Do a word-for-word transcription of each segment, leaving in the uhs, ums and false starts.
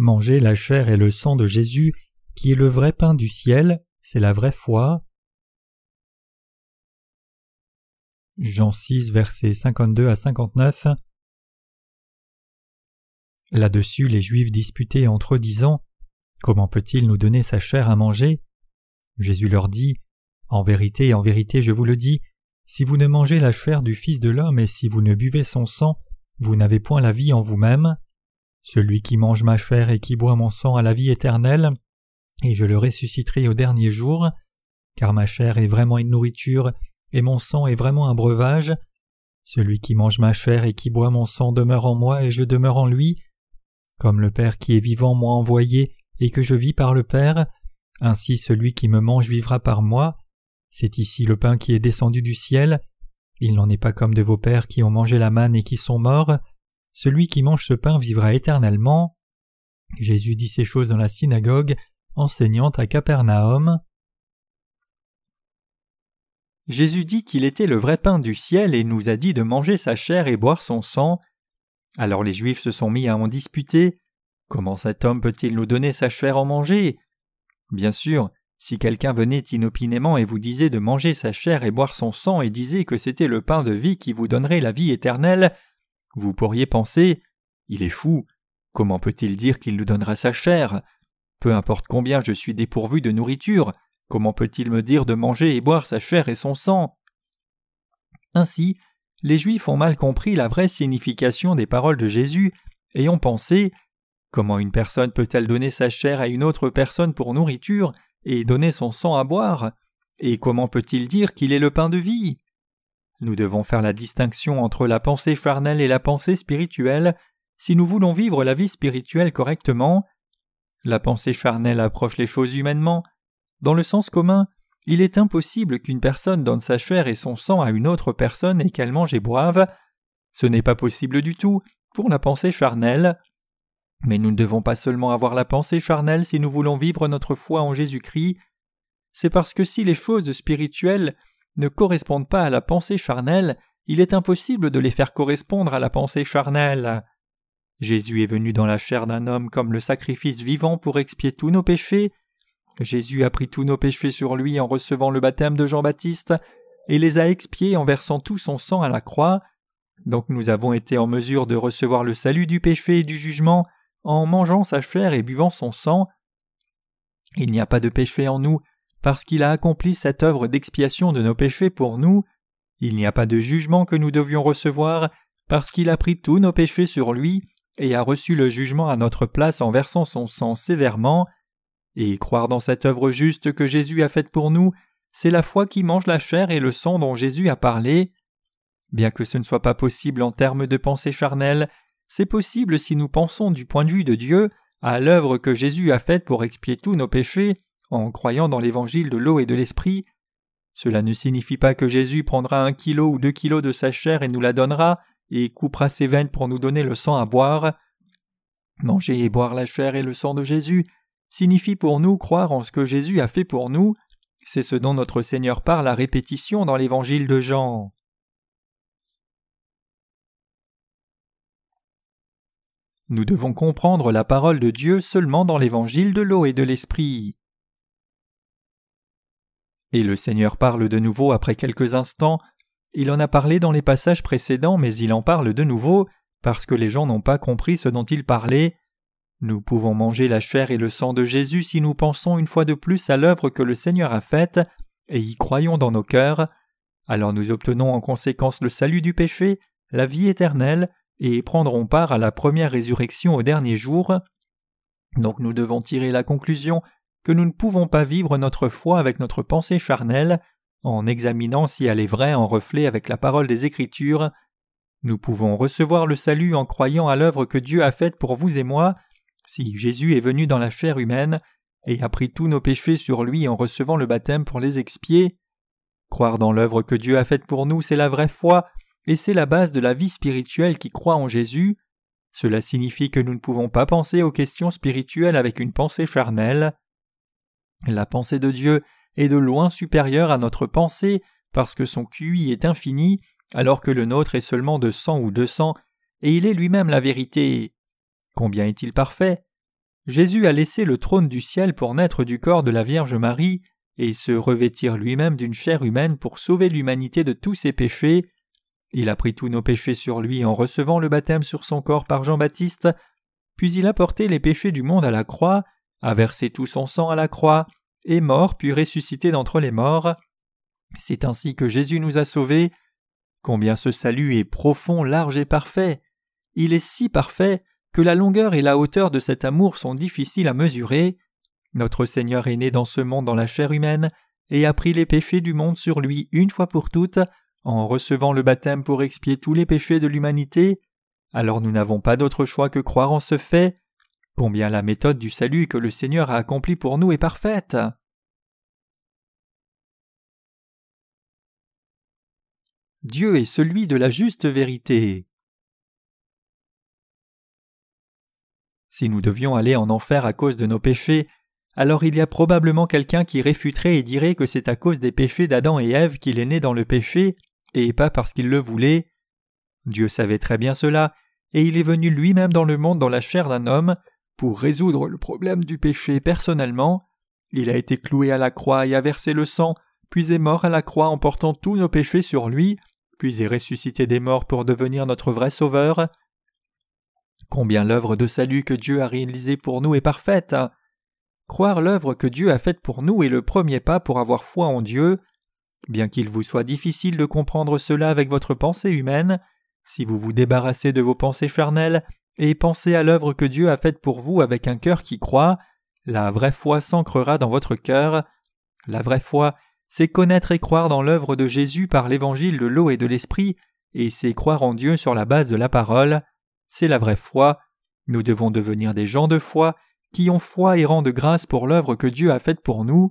Manger la chair et le sang de Jésus, qui est le vrai pain du ciel, c'est la vraie foi. Jean six, versets cinquante-deux à cinquante-neuf. Là-dessus, les Juifs disputaient entre eux, disant « Comment peut-il nous donner sa chair à manger ?» Jésus leur dit « En vérité, en vérité, je vous le dis, si vous ne mangez la chair du Fils de l'homme et si vous ne buvez son sang, vous n'avez point la vie en vous-même. Celui qui mange ma chair et qui boit mon sang a la vie éternelle, et je le ressusciterai au dernier jour, car ma chair est vraiment une nourriture, et mon sang est vraiment un breuvage. Celui qui mange ma chair et qui boit mon sang demeure en moi et je demeure en lui. Comme le Père qui est vivant m'a envoyé et que je vis par le Père, ainsi celui qui me mange vivra par moi. C'est ici le pain qui est descendu du ciel. Il n'en est pas comme de vos pères qui ont mangé la manne et qui sont morts. Celui qui mange ce pain vivra éternellement. » Jésus dit ces choses dans la synagogue, enseignant à Capernaum. Jésus dit qu'il était le vrai pain du ciel et nous a dit de manger sa chair et boire son sang. Alors les Juifs se sont mis à en disputer. Comment cet homme peut-il nous donner sa chair en manger ? Bien sûr, si quelqu'un venait inopinément et vous disait de manger sa chair et boire son sang et disait que c'était le pain de vie qui vous donnerait la vie éternelle, vous pourriez penser « Il est fou, comment peut-il dire qu'il nous donnera sa chair ? Peu importe combien je suis dépourvu de nourriture, comment peut-il me dire de manger et boire sa chair et son sang ?» Ainsi, les Juifs ont mal compris la vraie signification des paroles de Jésus et ont pensé « Comment une personne peut-elle donner sa chair à une autre personne pour nourriture et donner son sang à boire ? Et comment peut-il dire qu'il est le pain de vie ?» Nous devons faire la distinction entre la pensée charnelle et la pensée spirituelle si nous voulons vivre la vie spirituelle correctement. La pensée charnelle approche les choses humainement. Dans le sens commun, il est impossible qu'une personne donne sa chair et son sang à une autre personne et qu'elle mange et boive. Ce n'est pas possible du tout pour la pensée charnelle. Mais nous ne devons pas seulement avoir la pensée charnelle si nous voulons vivre notre foi en Jésus-Christ. C'est parce que si les choses spirituelles ne correspondent pas à la pensée charnelle, il est impossible de les faire correspondre à la pensée charnelle. Jésus est venu dans la chair d'un homme comme le sacrifice vivant pour expier tous nos péchés. Jésus a pris tous nos péchés sur lui en recevant le baptême de Jean-Baptiste et les a expiés en versant tout son sang à la croix. Donc nous avons été en mesure de recevoir le salut du péché et du jugement en mangeant sa chair et buvant son sang. Il n'y a pas de péché en nous, parce qu'il a accompli cette œuvre d'expiation de nos péchés pour nous. Il n'y a pas de jugement que nous devions recevoir, parce qu'il a pris tous nos péchés sur lui et a reçu le jugement à notre place en versant son sang sévèrement. Et croire dans cette œuvre juste que Jésus a faite pour nous, c'est la foi qui mange la chair et le sang dont Jésus a parlé. Bien que ce ne soit pas possible en termes de pensée charnelle, c'est possible si nous pensons du point de vue de Dieu à l'œuvre que Jésus a faite pour expier tous nos péchés, en croyant dans l'évangile de l'eau et de l'esprit. Cela ne signifie pas que Jésus prendra un kilo ou deux kilos de sa chair et nous la donnera, et coupera ses veines pour nous donner le sang à boire. Manger et boire la chair et le sang de Jésus signifie pour nous croire en ce que Jésus a fait pour nous. C'est ce dont notre Seigneur parle à répétition dans l'évangile de Jean. Nous devons comprendre la parole de Dieu seulement dans l'évangile de l'eau et de l'esprit. Et le Seigneur parle de nouveau après quelques instants. Il en a parlé dans les passages précédents, mais il en parle de nouveau parce que les gens n'ont pas compris ce dont il parlait. Nous pouvons manger la chair et le sang de Jésus si nous pensons une fois de plus à l'œuvre que le Seigneur a faite et y croyons dans nos cœurs. Alors nous obtenons en conséquence le salut du péché, la vie éternelle, et prendrons part à la première résurrection au dernier jour. Donc nous devons tirer la conclusion que nous ne pouvons pas vivre notre foi avec notre pensée charnelle, en examinant si elle est vraie en reflet avec la parole des Écritures. Nous pouvons recevoir le salut en croyant à l'œuvre que Dieu a faite pour vous et moi, si Jésus est venu dans la chair humaine et a pris tous nos péchés sur lui en recevant le baptême pour les expier. Croire dans l'œuvre que Dieu a faite pour nous, c'est la vraie foi, et c'est la base de la vie spirituelle qui croit en Jésus. Cela signifie que nous ne pouvons pas penser aux questions spirituelles avec une pensée charnelle. La pensée de Dieu est de loin supérieure à notre pensée parce que son Q I est infini, alors que le nôtre est seulement de cent ou deux cents, et il est lui-même la vérité. Combien est-il parfait ? Jésus a laissé le trône du ciel pour naître du corps de la Vierge Marie et se revêtir lui-même d'une chair humaine pour sauver l'humanité de tous ses péchés. Il a pris tous nos péchés sur lui en recevant le baptême sur son corps par Jean-Baptiste, puis il a porté les péchés du monde à la croix, a versé tout son sang à la croix, est mort puis ressuscité d'entre les morts. C'est ainsi que Jésus nous a sauvés. Combien ce salut est profond, large et parfait. Il est si parfait que la longueur et la hauteur de cet amour sont difficiles à mesurer. Notre Seigneur est né dans ce monde dans la chair humaine et a pris les péchés du monde sur lui une fois pour toutes, en recevant le baptême pour expier tous les péchés de l'humanité. Alors nous n'avons pas d'autre choix que croire en ce fait. Combien la méthode du salut que le Seigneur a accomplie pour nous est parfaite. Dieu est celui de la juste vérité. Si nous devions aller en enfer à cause de nos péchés, alors il y a probablement quelqu'un qui réfuterait et dirait que c'est à cause des péchés d'Adam et Ève qu'il est né dans le péché, et pas parce qu'il le voulait. Dieu savait très bien cela, et il est venu lui-même dans le monde dans la chair d'un homme, pour résoudre le problème du péché personnellement. Il a été cloué à la croix et a versé le sang, puis est mort à la croix en portant tous nos péchés sur lui, puis est ressuscité des morts pour devenir notre vrai sauveur. Combien l'œuvre de salut que Dieu a réalisée pour nous est parfaite. Croire l'œuvre que Dieu a faite pour nous est le premier pas pour avoir foi en Dieu. Bien qu'il vous soit difficile de comprendre cela avec votre pensée humaine, si vous vous débarrassez de vos pensées charnelles et pensez à l'œuvre que Dieu a faite pour vous avec un cœur qui croit, la vraie foi s'ancrera dans votre cœur. La vraie foi, c'est connaître et croire dans l'œuvre de Jésus par l'évangile de l'eau et de l'esprit, et c'est croire en Dieu sur la base de la parole. C'est la vraie foi. Nous devons devenir des gens de foi, qui ont foi et rendent grâce pour l'œuvre que Dieu a faite pour nous.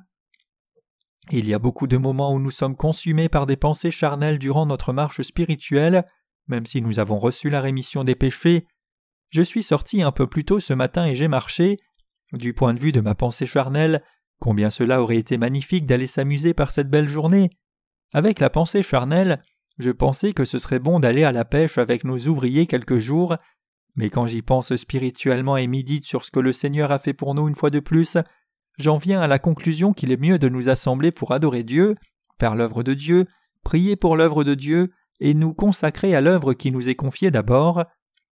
Il y a beaucoup de moments où nous sommes consumés par des pensées charnelles durant notre marche spirituelle, même si nous avons reçu la rémission des péchés. Je suis sorti un peu plus tôt ce matin et j'ai marché. Du point de vue de ma pensée charnelle, combien cela aurait été magnifique d'aller s'amuser par cette belle journée. Avec la pensée charnelle, je pensais que ce serait bon d'aller à la pêche avec nos ouvriers quelques jours, mais quand j'y pense spirituellement et médite sur ce que le Seigneur a fait pour nous une fois de plus, j'en viens à la conclusion qu'il est mieux de nous assembler pour adorer Dieu, faire l'œuvre de Dieu, prier pour l'œuvre de Dieu et nous consacrer à l'œuvre qui nous est confiée d'abord.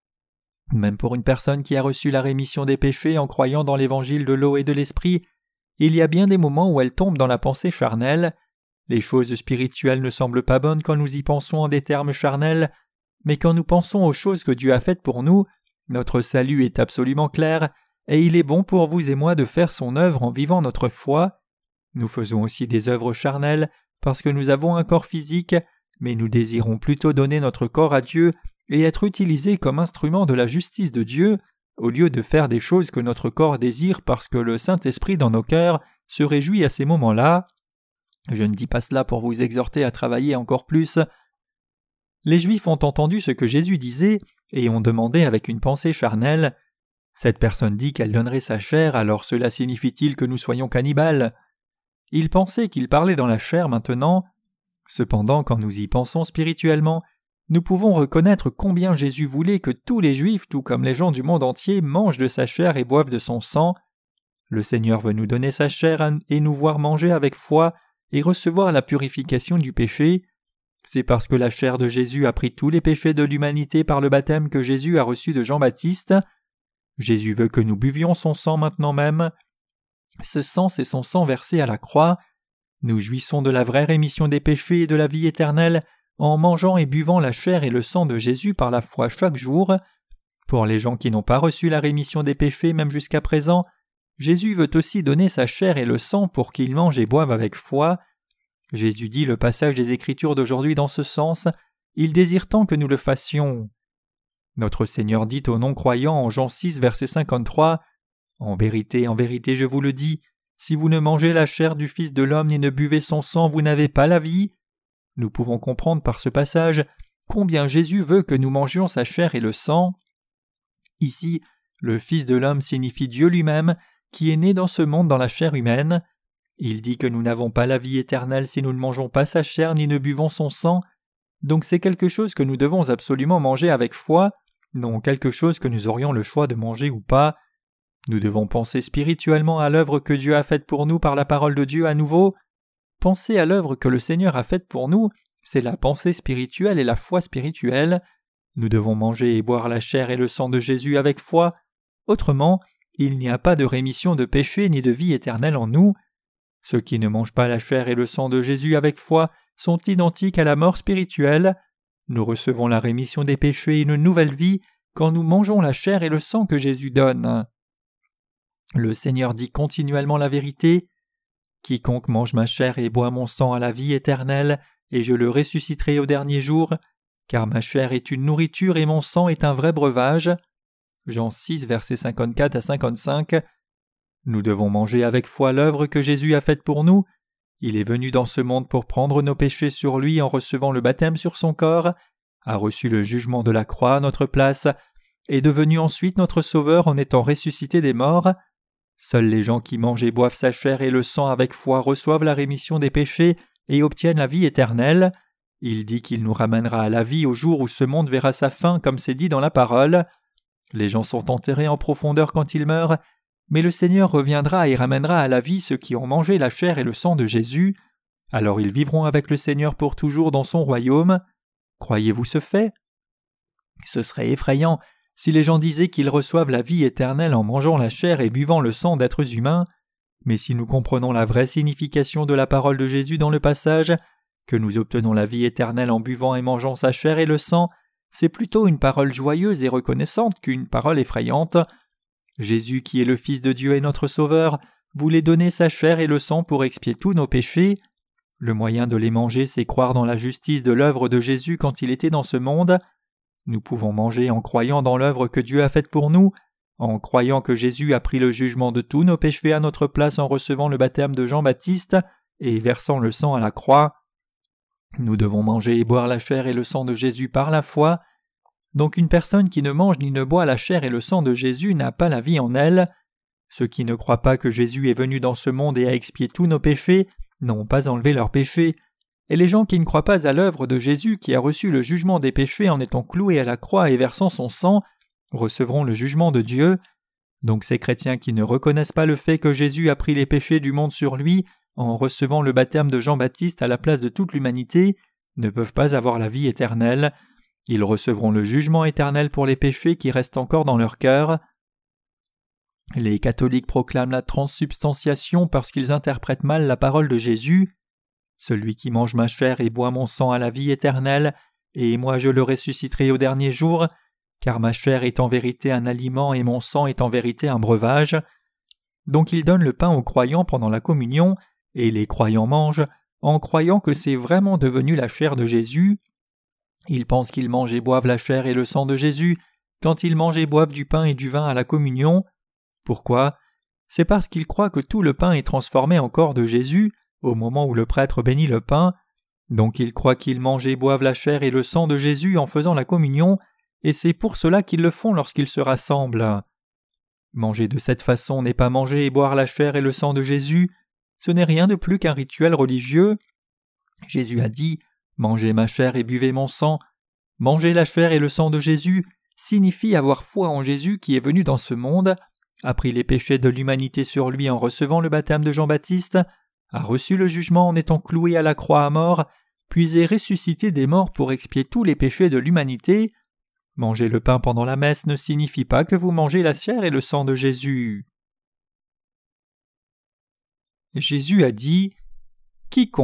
Même pour une personne qui a reçu la rémission des péchés en croyant dans l'évangile de l'eau et de l'esprit, il y a bien des moments où elle tombe dans la pensée charnelle. Les choses spirituelles ne semblent pas bonnes quand nous y pensons en des termes charnels, mais quand nous pensons aux choses que Dieu a faites pour nous, notre salut est absolument clair, et il est bon pour vous et moi de faire son œuvre en vivant notre foi. Nous faisons aussi des œuvres charnelles parce que nous avons un corps physique, mais nous désirons plutôt donner notre corps à Dieu et être utilisés comme instruments de la justice de Dieu, au lieu de faire des choses que notre corps désire parce que le Saint-Esprit dans nos cœurs se réjouit à ces moments-là. Je ne dis pas cela pour vous exhorter à travailler encore plus. Les Juifs ont entendu ce que Jésus disait et ont demandé avec une pensée charnelle. Cette personne dit qu'elle donnerait sa chair, alors cela signifie-t-il que nous soyons cannibales? Ils pensaient qu'il parlait dans la chair maintenant. Cependant, quand nous y pensons spirituellement, nous pouvons reconnaître combien Jésus voulait que tous les Juifs, tout comme les gens du monde entier, mangent de sa chair et boivent de son sang. Le Seigneur veut nous donner sa chair et nous voir manger avec foi et recevoir la purification du péché. C'est parce que la chair de Jésus a pris tous les péchés de l'humanité par le baptême que Jésus a reçu de Jean-Baptiste. Jésus veut que nous buvions son sang maintenant même. Ce sang, c'est son sang versé à la croix. Nous jouissons de la vraie rémission des péchés et de la vie éternelle en mangeant et buvant la chair et le sang de Jésus par la foi chaque jour. Pour les gens qui n'ont pas reçu la rémission des péchés même jusqu'à présent, Jésus veut aussi donner sa chair et le sang pour qu'ils mangent et boivent avec foi. Jésus dit le passage des Écritures d'aujourd'hui dans ce sens, il désire tant que nous le fassions. Notre Seigneur dit aux non-croyants en Jean six, verset cinquante-trois, « En vérité, en vérité, je vous le dis, si vous ne mangez la chair du Fils de l'homme ni ne buvez son sang, vous n'avez pas la vie. » Nous pouvons comprendre par ce passage combien Jésus veut que nous mangions sa chair et le sang. Ici, le Fils de l'homme signifie Dieu lui-même, qui est né dans ce monde dans la chair humaine. Il dit que nous n'avons pas la vie éternelle si nous ne mangeons pas sa chair ni ne buvons son sang. Donc c'est quelque chose que nous devons absolument manger avec foi, non quelque chose que nous aurions le choix de manger ou pas. Nous devons penser spirituellement à l'œuvre que Dieu a faite pour nous par la parole de Dieu à nouveau. Penser à l'œuvre que le Seigneur a faite pour nous, c'est la pensée spirituelle et la foi spirituelle. Nous devons manger et boire la chair et le sang de Jésus avec foi. Autrement, il n'y a pas de rémission de péché ni de vie éternelle en nous. Ceux qui ne mangent pas la chair et le sang de Jésus avec foi sont identiques à la mort spirituelle. Nous recevons la rémission des péchés et une nouvelle vie quand nous mangeons la chair et le sang que Jésus donne. Le Seigneur dit continuellement la vérité. « Quiconque mange ma chair et boit mon sang a la vie éternelle, et je le ressusciterai au dernier jour, car ma chair est une nourriture et mon sang est un vrai breuvage. » Jean six, versets cinquante-quatre à cinquante-cinq. Nous devons manger avec foi l'œuvre que Jésus a faite pour nous. Il est venu dans ce monde pour prendre nos péchés sur lui en recevant le baptême sur son corps, a reçu le jugement de la croix à notre place, est devenu ensuite notre Sauveur en étant ressuscité des morts. Seuls les gens qui mangent et boivent sa chair et le sang avec foi reçoivent la rémission des péchés et obtiennent la vie éternelle. Il dit qu'il nous ramènera à la vie au jour où ce monde verra sa fin, comme c'est dit dans la parole. Les gens sont enterrés en profondeur quand ils meurent, mais le Seigneur reviendra et ramènera à la vie ceux qui ont mangé la chair et le sang de Jésus. Alors ils vivront avec le Seigneur pour toujours dans son royaume. Croyez-vous ce fait? Ce serait effrayant si les gens disaient qu'ils reçoivent la vie éternelle en mangeant la chair et buvant le sang d'êtres humains. Mais si nous comprenons la vraie signification de la parole de Jésus dans le passage, que nous obtenons la vie éternelle en buvant et mangeant sa chair et le sang, c'est plutôt une parole joyeuse et reconnaissante qu'une parole effrayante. Jésus, qui est le Fils de Dieu et notre Sauveur, voulait donner sa chair et le sang pour expier tous nos péchés. Le moyen de les manger, c'est croire dans la justice de l'œuvre de Jésus quand il était dans ce monde. Nous pouvons manger en croyant dans l'œuvre que Dieu a faite pour nous, en croyant que Jésus a pris le jugement de tous nos péchés à notre place en recevant le baptême de Jean-Baptiste et versant le sang à la croix. Nous devons manger et boire la chair et le sang de Jésus par la foi. Donc une personne qui ne mange ni ne boit la chair et le sang de Jésus n'a pas la vie en elle. Ceux qui ne croient pas que Jésus est venu dans ce monde et a expié tous nos péchés n'ont pas enlevé leurs péchés. Et les gens qui ne croient pas à l'œuvre de Jésus qui a reçu le jugement des péchés en étant cloué à la croix et versant son sang recevront le jugement de Dieu. Donc ces chrétiens qui ne reconnaissent pas le fait que Jésus a pris les péchés du monde sur lui en recevant le baptême de Jean-Baptiste à la place de toute l'humanité ne peuvent pas avoir la vie éternelle. Ils recevront le jugement éternel pour les péchés qui restent encore dans leur cœur. Les catholiques proclament la transsubstantiation parce qu'ils interprètent mal la parole de Jésus. Celui qui mange ma chair et boit mon sang a la vie éternelle, et moi je le ressusciterai au dernier jour, car ma chair est en vérité un aliment et mon sang est en vérité un breuvage. Donc ils donnent le pain aux croyants pendant la communion, et les croyants mangent en croyant que c'est vraiment devenu la chair de Jésus. Ils pensent qu'ils mangent et boivent la chair et le sang de Jésus quand ils mangent et boivent du pain et du vin à la communion. Pourquoi? C'est parce qu'ils croient que tout le pain est transformé en corps de Jésus au moment où le prêtre bénit le pain. Donc ils croient qu'ils mangent et boivent la chair et le sang de Jésus en faisant la communion, et c'est pour cela qu'ils le font lorsqu'ils se rassemblent. Manger de cette façon n'est pas manger et boire la chair et le sang de Jésus, ce n'est rien de plus qu'un rituel religieux. Jésus a dit « Mangez ma chair et buvez mon sang ». Manger la chair et le sang de Jésus signifie avoir foi en Jésus qui est venu dans ce monde, a pris les péchés de l'humanité sur lui en recevant le baptême de Jean-Baptiste, a reçu le jugement en étant cloué à la croix à mort, puis est ressuscité des morts pour expier tous les péchés de l'humanité. Manger le pain pendant la messe ne signifie pas que vous mangez la chair et le sang de Jésus. Jésus a dit « Quiconque ».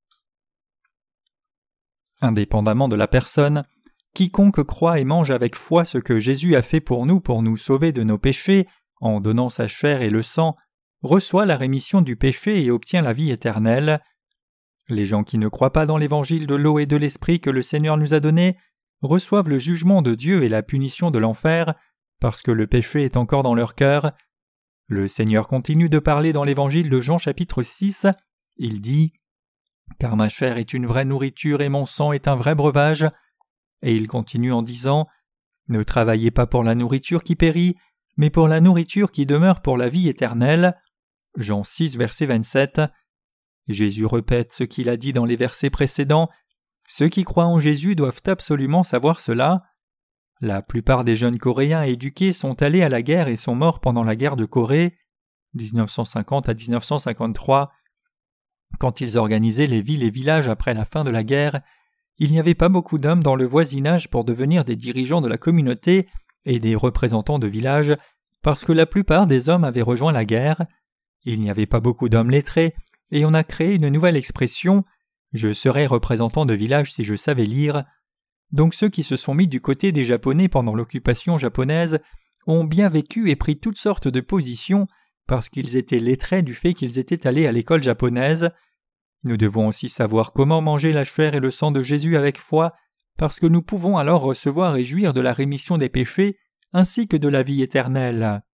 Indépendamment de la personne, quiconque croit et mange avec foi ce que Jésus a fait pour nous pour nous sauver de nos péchés en donnant sa chair et le sang, reçoit la rémission du péché et obtient la vie éternelle. Les gens qui ne croient pas dans l'évangile de l'eau et de l'esprit que le Seigneur nous a donné reçoivent le jugement de Dieu et la punition de l'enfer parce que le péché est encore dans leur cœur. Le Seigneur continue de parler dans l'évangile de Jean chapitre six. Il dit « Car ma chair est une vraie nourriture et mon sang est un vrai breuvage. » Et il continue en disant « Ne travaillez pas pour la nourriture qui périt, mais pour la nourriture qui demeure pour la vie éternelle. » Jean six, verset vingt-sept. Jésus répète ce qu'il a dit dans les versets précédents. Ceux qui croient en Jésus doivent absolument savoir cela. La plupart des jeunes Coréens éduqués sont allés à la guerre et sont morts pendant la guerre de Corée, dix-neuf cent cinquante à dix-neuf cent cinquante-trois. Quand ils organisaient les villes et villages après la fin de la guerre, il n'y avait pas beaucoup d'hommes dans le voisinage pour devenir des dirigeants de la communauté et des représentants de village, parce que la plupart des hommes avaient rejoint la guerre. Il n'y avait pas beaucoup d'hommes lettrés, et on a créé une nouvelle expression « Je serais représentant de village si je savais lire ». Donc ceux qui se sont mis du côté des Japonais pendant l'occupation japonaise ont bien vécu et pris toutes sortes de positions parce qu'ils étaient lettrés du fait qu'ils étaient allés à l'école japonaise. Nous devons aussi savoir comment manger la chair et le sang de Jésus avec foi, parce que nous pouvons alors recevoir et jouir de la rémission des péchés ainsi que de la vie éternelle.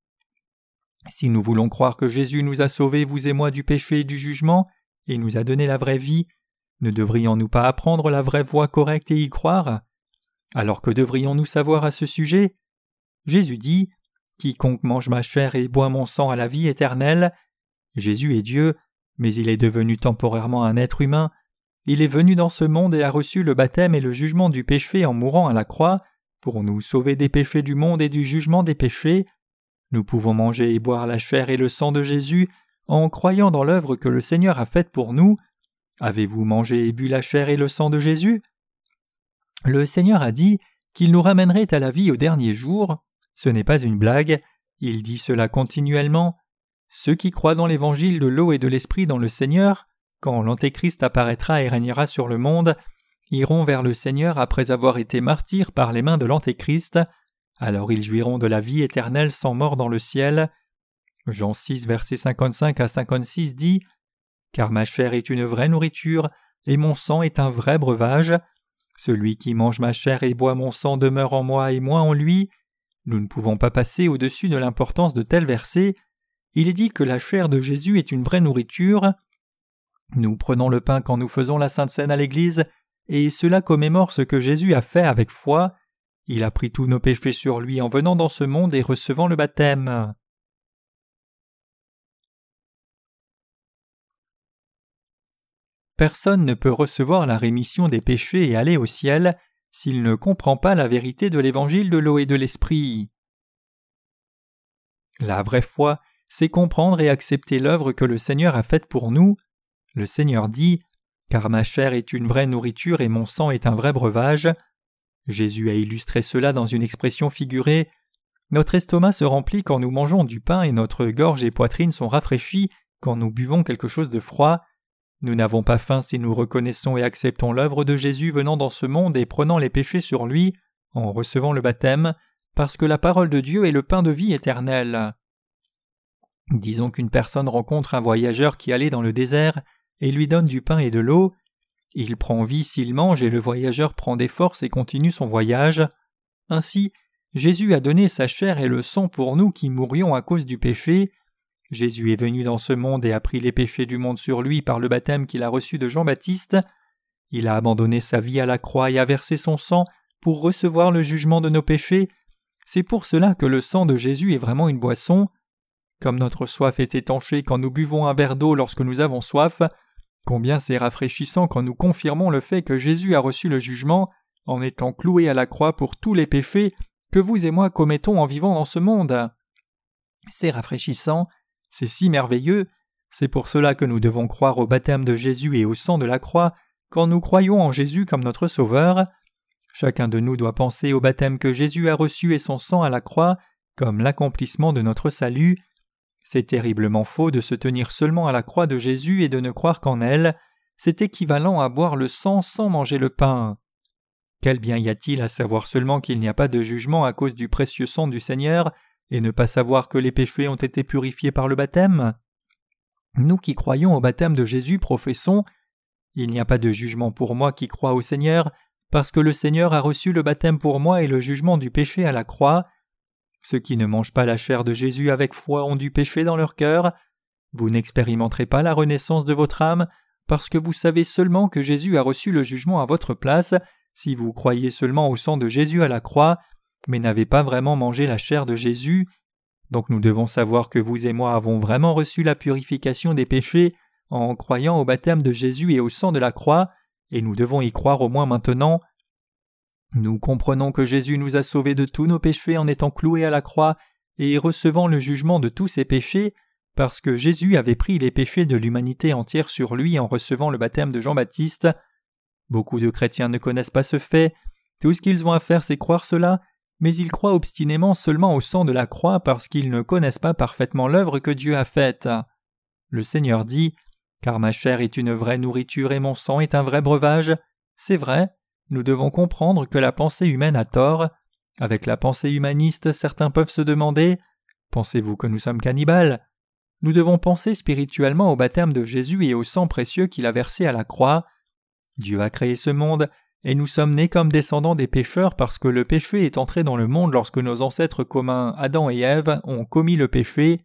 Si nous voulons croire que Jésus nous a sauvés, vous et moi, du péché et du jugement, et nous a donné la vraie vie, ne devrions-nous pas apprendre la vraie voie correcte et y croire ? Alors que devrions-nous savoir à ce sujet ? Jésus dit « Quiconque mange ma chair et boit mon sang a la vie éternelle ». Jésus est Dieu, mais il est devenu temporairement un être humain. Il est venu dans ce monde et a reçu le baptême et le jugement du péché en mourant à la croix, pour nous sauver des péchés du monde et du jugement des péchés. Nous pouvons manger et boire la chair et le sang de Jésus en croyant dans l'œuvre que le Seigneur a faite pour nous. Avez-vous mangé et bu la chair et le sang de Jésus ? Le Seigneur a dit qu'il nous ramènerait à la vie au dernier jour. Ce n'est pas une blague, il dit cela continuellement. Ceux qui croient dans l'évangile de l'eau et de l'esprit dans le Seigneur, quand l'Antéchrist apparaîtra et régnera sur le monde, iront vers le Seigneur après avoir été martyrs par les mains de l'Antéchrist. Alors ils jouiront de la vie éternelle sans mort dans le ciel. Jean six, versets cinquante-cinq à cinquante-six dit « Car ma chair est une vraie nourriture, et mon sang est un vrai breuvage. Celui qui mange ma chair et boit mon sang demeure en moi et moi en lui. » Nous ne pouvons pas passer au-dessus de l'importance de tels versets. Il est dit que la chair de Jésus est une vraie nourriture. Nous prenons le pain quand nous faisons la Sainte Seine à l'Église, et cela commémore ce que Jésus a fait avec foi. Il a pris tous nos péchés sur lui en venant dans ce monde et recevant le baptême. Personne ne peut recevoir la rémission des péchés et aller au ciel s'il ne comprend pas la vérité de l'évangile de l'eau et de l'esprit. La vraie foi, c'est comprendre et accepter l'œuvre que le Seigneur a faite pour nous. Le Seigneur dit « Car ma chair est une vraie nourriture et mon sang est un vrai breuvage ». Jésus a illustré cela dans une expression figurée. Notre estomac se remplit quand nous mangeons du pain et notre gorge et poitrine sont rafraîchies quand nous buvons quelque chose de froid. Nous n'avons pas faim si nous reconnaissons et acceptons l'œuvre de Jésus venant dans ce monde et prenant les péchés sur lui en recevant le baptême, parce que la parole de Dieu est le pain de vie éternelle. Disons qu'une personne rencontre un voyageur qui allait dans le désert et lui donne du pain et de l'eau. Il prend vie s'il mange et le voyageur prend des forces et continue son voyage. Ainsi, Jésus a donné sa chair et le sang pour nous qui mourions à cause du péché. Jésus est venu dans ce monde et a pris les péchés du monde sur lui par le baptême qu'il a reçu de Jean-Baptiste. Il a abandonné sa vie à la croix et a versé son sang pour recevoir le jugement de nos péchés. C'est pour cela que le sang de Jésus est vraiment une boisson. Comme notre soif est étanchée quand nous buvons un verre d'eau lorsque nous avons soif, combien c'est rafraîchissant quand nous confirmons le fait que Jésus a reçu le jugement en étant cloué à la croix pour tous les péchés que vous et moi commettons en vivant dans ce monde. C'est rafraîchissant. C'est si merveilleux, c'est pour cela que nous devons croire au baptême de Jésus et au sang de la croix quand nous croyons en Jésus comme notre Sauveur. Chacun de nous doit penser au baptême que Jésus a reçu et son sang à la croix comme l'accomplissement de notre salut. C'est terriblement faux de se tenir seulement à la croix de Jésus et de ne croire qu'en elle. C'est équivalent à boire le sang sans manger le pain. Quel bien y a-t-il à savoir seulement qu'il n'y a pas de jugement à cause du précieux sang du Seigneur et ne pas savoir que les péchés ont été purifiés par le baptême? Nous qui croyons au baptême de Jésus professons « Il n'y a pas de jugement pour moi qui crois au Seigneur, parce que le Seigneur a reçu le baptême pour moi et le jugement du péché à la croix. » Ceux qui ne mangent pas la chair de Jésus avec foi ont du péché dans leur cœur. Vous n'expérimenterez pas la renaissance de votre âme, parce que vous savez seulement que Jésus a reçu le jugement à votre place, si vous croyez seulement au sang de Jésus à la croix, mais n'avez pas vraiment mangé la chair de Jésus. Donc nous devons savoir que vous et moi avons vraiment reçu la purification des péchés en croyant au baptême de Jésus et au sang de la croix, et nous devons y croire au moins maintenant. Nous comprenons que Jésus nous a sauvés de tous nos péchés en étant cloué à la croix et recevant le jugement de tous ses péchés, parce que Jésus avait pris les péchés de l'humanité entière sur lui en recevant le baptême de Jean-Baptiste. Beaucoup de chrétiens ne connaissent pas ce fait. Tout ce qu'ils ont à faire, c'est croire cela, mais ils croient obstinément seulement au sang de la croix parce qu'ils ne connaissent pas parfaitement l'œuvre que Dieu a faite. Le Seigneur dit « Car ma chair est une vraie nourriture et mon sang est un vrai breuvage ». C'est vrai, nous devons comprendre que la pensée humaine a tort. Avec la pensée humaniste, certains peuvent se demander « Pensez-vous que nous sommes cannibales ?» Nous devons penser spirituellement au baptême de Jésus et au sang précieux qu'il a versé à la croix. Dieu a créé ce monde, et nous sommes nés comme descendants des pécheurs parce que le péché est entré dans le monde lorsque nos ancêtres communs, Adam et Ève, ont commis le péché.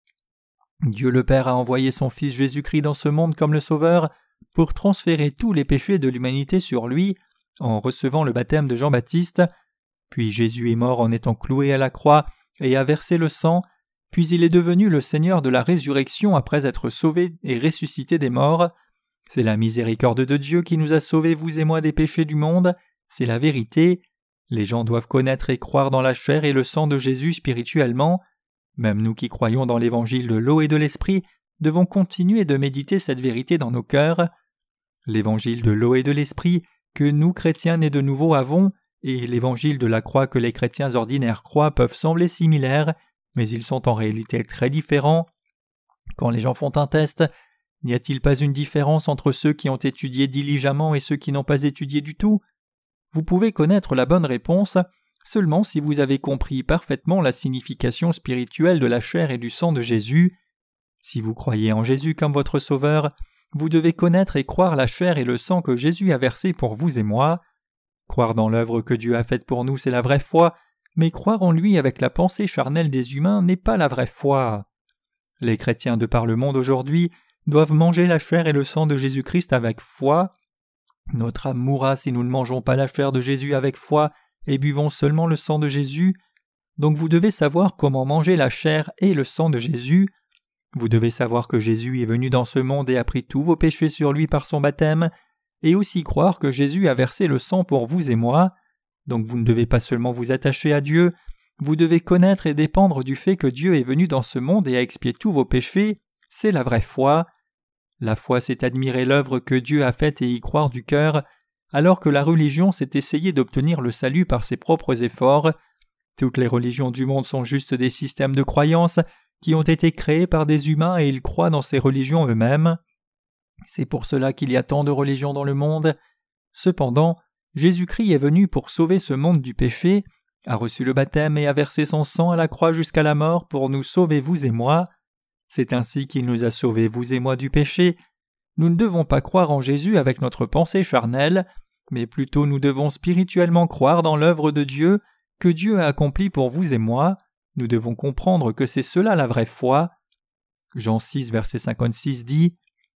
Dieu le Père a envoyé son Fils Jésus-Christ dans ce monde comme le Sauveur pour transférer tous les péchés de l'humanité sur lui en recevant le baptême de Jean-Baptiste. Puis Jésus est mort en étant cloué à la croix et a versé le sang, puis il est devenu le Seigneur de la résurrection après être sauvé et ressuscité des morts. C'est la miséricorde de Dieu qui nous a sauvés, vous et moi, des péchés du monde. C'est la vérité. Les gens doivent connaître et croire dans la chair et le sang de Jésus spirituellement. Même nous qui croyons dans l'évangile de l'eau et de l'esprit devons continuer de méditer cette vérité dans nos cœurs. L'évangile de l'eau et de l'esprit que nous, chrétiens nés de nouveau, avons, et l'évangile de la croix que les chrétiens ordinaires croient peuvent sembler similaires, mais ils sont en réalité très différents. Quand les gens font un test, n'y a-t-il pas une différence entre ceux qui ont étudié diligemment et ceux qui n'ont pas étudié du tout? Vous pouvez connaître la bonne réponse seulement si vous avez compris parfaitement la signification spirituelle de la chair et du sang de Jésus. Si vous croyez en Jésus comme votre Sauveur, vous devez connaître et croire la chair et le sang que Jésus a versé pour vous et moi. Croire dans l'œuvre que Dieu a faite pour nous, c'est la vraie foi, mais croire en lui avec la pensée charnelle des humains n'est pas la vraie foi. Les chrétiens de par le monde aujourd'hui doivent manger la chair et le sang de Jésus-Christ avec foi. Notre âme mourra si nous ne mangeons pas la chair de Jésus avec foi et buvons seulement le sang de Jésus. Donc vous devez savoir comment manger la chair et le sang de Jésus. Vous devez savoir que Jésus est venu dans ce monde et a pris tous vos péchés sur lui par son baptême, et aussi croire que Jésus a versé le sang pour vous et moi. Donc vous ne devez pas seulement vous attacher à Dieu, vous devez connaître et dépendre du fait que Dieu est venu dans ce monde et a expié tous vos péchés. C'est la vraie foi. La foi, c'est admirer l'œuvre que Dieu a faite et y croire du cœur, alors que la religion, c'est essayer d'obtenir le salut par ses propres efforts. Toutes les religions du monde sont juste des systèmes de croyances qui ont été créés par des humains et ils croient dans ces religions eux-mêmes. C'est pour cela qu'il y a tant de religions dans le monde. Cependant, Jésus-Christ est venu pour sauver ce monde du péché, a reçu le baptême et a versé son sang à la croix jusqu'à la mort pour nous sauver vous et moi. C'est ainsi qu'il nous a sauvés vous et moi du péché. Nous ne devons pas croire en Jésus avec notre pensée charnelle, mais plutôt nous devons spirituellement croire dans l'œuvre de Dieu que Dieu a accomplie pour vous et moi. Nous devons comprendre que c'est cela la vraie foi. Jean six, verset cinquante-six dit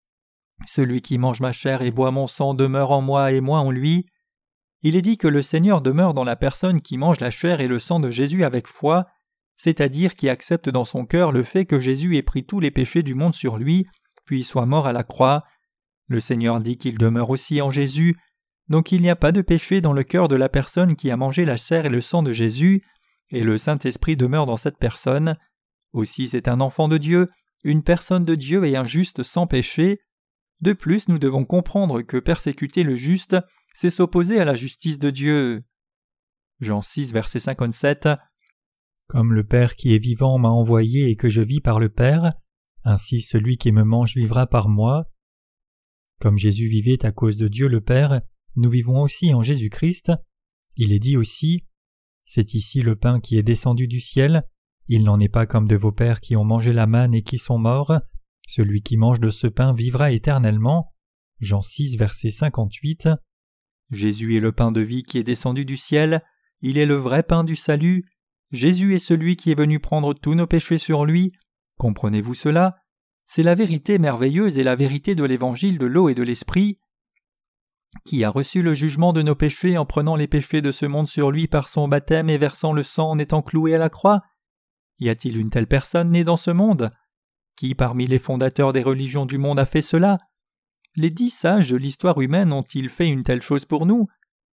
« Celui qui mange ma chair et boit mon sang demeure en moi et moi en lui. » Il est dit que le Seigneur demeure dans la personne qui mange la chair et le sang de Jésus avec foi, c'est-à-dire qui accepte dans son cœur le fait que Jésus ait pris tous les péchés du monde sur lui, puis soit mort à la croix. Le Seigneur dit qu'il demeure aussi en Jésus, donc il n'y a pas de péché dans le cœur de la personne qui a mangé la chair et le sang de Jésus, et le Saint-Esprit demeure dans cette personne. Aussi c'est un enfant de Dieu, une personne de Dieu et un juste sans péché. De plus, nous devons comprendre que persécuter le juste, c'est s'opposer à la justice de Dieu. Jean six, verset cinquante-sept. Comme le Père qui est vivant m'a envoyé et que je vis par le Père, ainsi celui qui me mange vivra par moi. Comme Jésus vivait à cause de Dieu le Père, nous vivons aussi en Jésus-Christ. Il est dit aussi « C'est ici le pain qui est descendu du ciel. Il n'en est pas comme de vos pères qui ont mangé la manne et qui sont morts. Celui qui mange de ce pain vivra éternellement. » Jean six, verset cinquante-huit. Jésus est le pain de vie qui est descendu du ciel. Il est le vrai pain du salut. Jésus est celui qui est venu prendre tous nos péchés sur lui. Comprenez-vous cela? C'est la vérité merveilleuse et la vérité de l'évangile de l'eau et de l'esprit. Qui a reçu le jugement de nos péchés en prenant les péchés de ce monde sur lui par son baptême et versant le sang en étant cloué à la croix? Y a-t-il une telle personne née dans ce monde? Qui parmi les fondateurs des religions du monde a fait cela? Les dix sages de l'histoire humaine ont-ils fait une telle chose pour nous?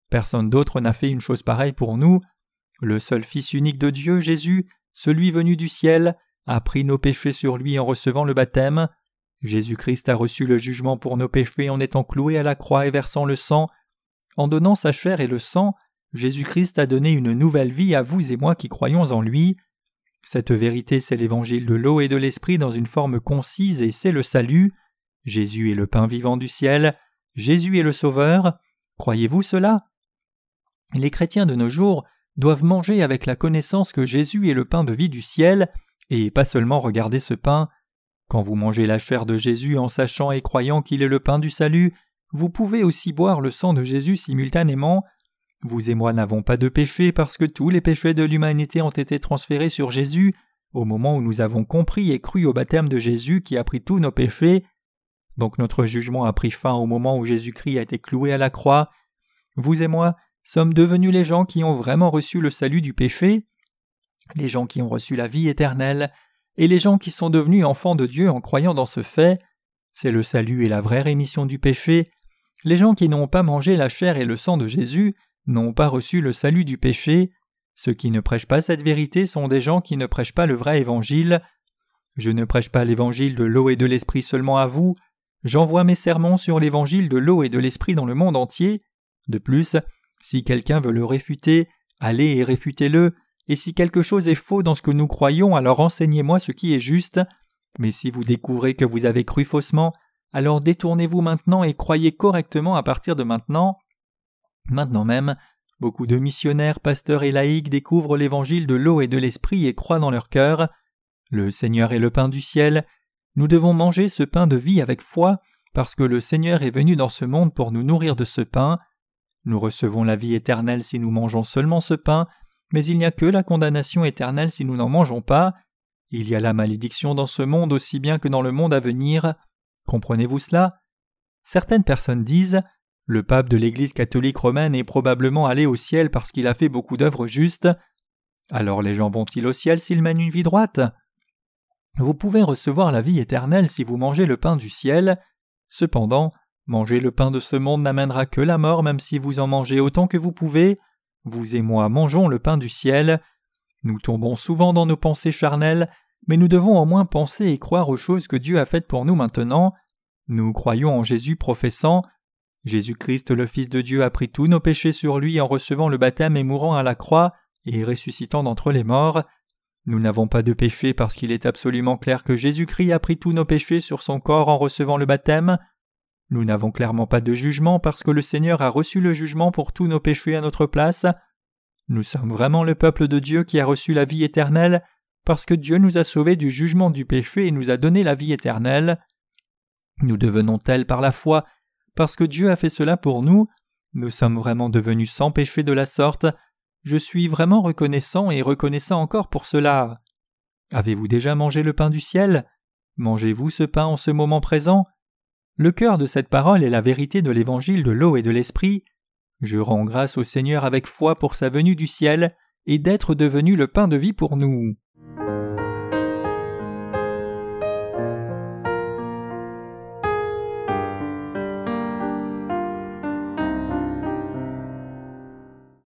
Personne d'autre n'a fait une chose pareille pour nous. Le seul Fils unique de Dieu, Jésus, celui venu du ciel, a pris nos péchés sur lui en recevant le baptême. Jésus-Christ a reçu le jugement pour nos péchés en étant cloué à la croix et versant le sang. En donnant sa chair et le sang, Jésus-Christ a donné une nouvelle vie à vous et moi qui croyons en lui. Cette vérité, c'est l'évangile de l'eau et de l'esprit dans une forme concise et c'est le salut. Jésus est le pain vivant du ciel. Jésus est le Sauveur. Croyez-vous cela? Les chrétiens de nos jours doivent manger avec la connaissance que Jésus est le pain de vie du ciel et pas seulement regarder ce pain. Quand vous mangez la chair de Jésus en sachant et croyant qu'il est le pain du salut, vous pouvez aussi boire le sang de Jésus simultanément. Vous et moi n'avons pas de péché parce que tous les péchés de l'humanité ont été transférés sur Jésus au moment où nous avons compris et cru au baptême de Jésus qui a pris tous nos péchés. Donc notre jugement a pris fin au moment où Jésus-Christ a été cloué à la croix. Vous et moi sommes devenus les gens qui ont vraiment reçu le salut du péché, les gens qui ont reçu la vie éternelle, et les gens qui sont devenus enfants de Dieu en croyant dans ce fait. C'est le salut et la vraie rémission du péché. Les gens qui n'ont pas mangé la chair et le sang de Jésus n'ont pas reçu le salut du péché. Ceux qui ne prêchent pas cette vérité sont des gens qui ne prêchent pas le vrai évangile. Je ne prêche pas l'évangile de l'eau et de l'esprit seulement à vous. J'envoie mes sermons sur l'évangile de l'eau et de l'esprit dans le monde entier. De plus, si quelqu'un veut le réfuter, allez et réfutez-le, et si quelque chose est faux dans ce que nous croyons, alors enseignez-moi ce qui est juste. Mais si vous découvrez que vous avez cru faussement, alors détournez-vous maintenant et croyez correctement à partir de maintenant. Maintenant même, beaucoup de missionnaires, pasteurs et laïcs découvrent l'évangile de l'eau et de l'esprit et croient dans leur cœur. Le Seigneur est le pain du ciel. Nous devons manger ce pain de vie avec foi, parce que le Seigneur est venu dans ce monde pour nous nourrir de ce pain. Nous recevons la vie éternelle si nous mangeons seulement ce pain, mais il n'y a que la condamnation éternelle si nous n'en mangeons pas. Il y a la malédiction dans ce monde aussi bien que dans le monde à venir. Comprenez-vous cela? Certaines personnes disent « Le pape de l'Église catholique romaine est probablement allé au ciel parce qu'il a fait beaucoup d'œuvres justes. » Alors les gens vont-ils au ciel s'ils mènent une vie droite? Vous pouvez recevoir la vie éternelle si vous mangez le pain du ciel. Cependant, manger le pain de ce monde n'amènera que la mort même si vous en mangez autant que vous pouvez. Vous et moi mangeons le pain du ciel. Nous tombons souvent dans nos pensées charnelles, mais nous devons au moins penser et croire aux choses que Dieu a faites pour nous maintenant. Nous croyons en Jésus professant « Jésus-Christ le Fils de Dieu a pris tous nos péchés sur lui en recevant le baptême et mourant à la croix et ressuscitant d'entre les morts. » Nous n'avons pas de péché parce qu'il est absolument clair que Jésus-Christ a pris tous nos péchés sur son corps en recevant le baptême. Nous n'avons clairement pas de jugement parce que le Seigneur a reçu le jugement pour tous nos péchés à notre place. Nous sommes vraiment le peuple de Dieu qui a reçu la vie éternelle parce que Dieu nous a sauvés du jugement du péché et nous a donné la vie éternelle. Nous devenons tels par la foi parce que Dieu a fait cela pour nous. Nous sommes vraiment devenus sans péché de la sorte. Je suis vraiment reconnaissant et reconnaissant encore pour cela. Avez-vous déjà mangé le pain du ciel? Mangez-vous ce pain en ce moment présent? Le cœur de cette parole est la vérité de l'évangile de l'eau et de l'esprit. Je rends grâce au Seigneur avec foi pour sa venue du ciel et d'être devenu le pain de vie pour nous.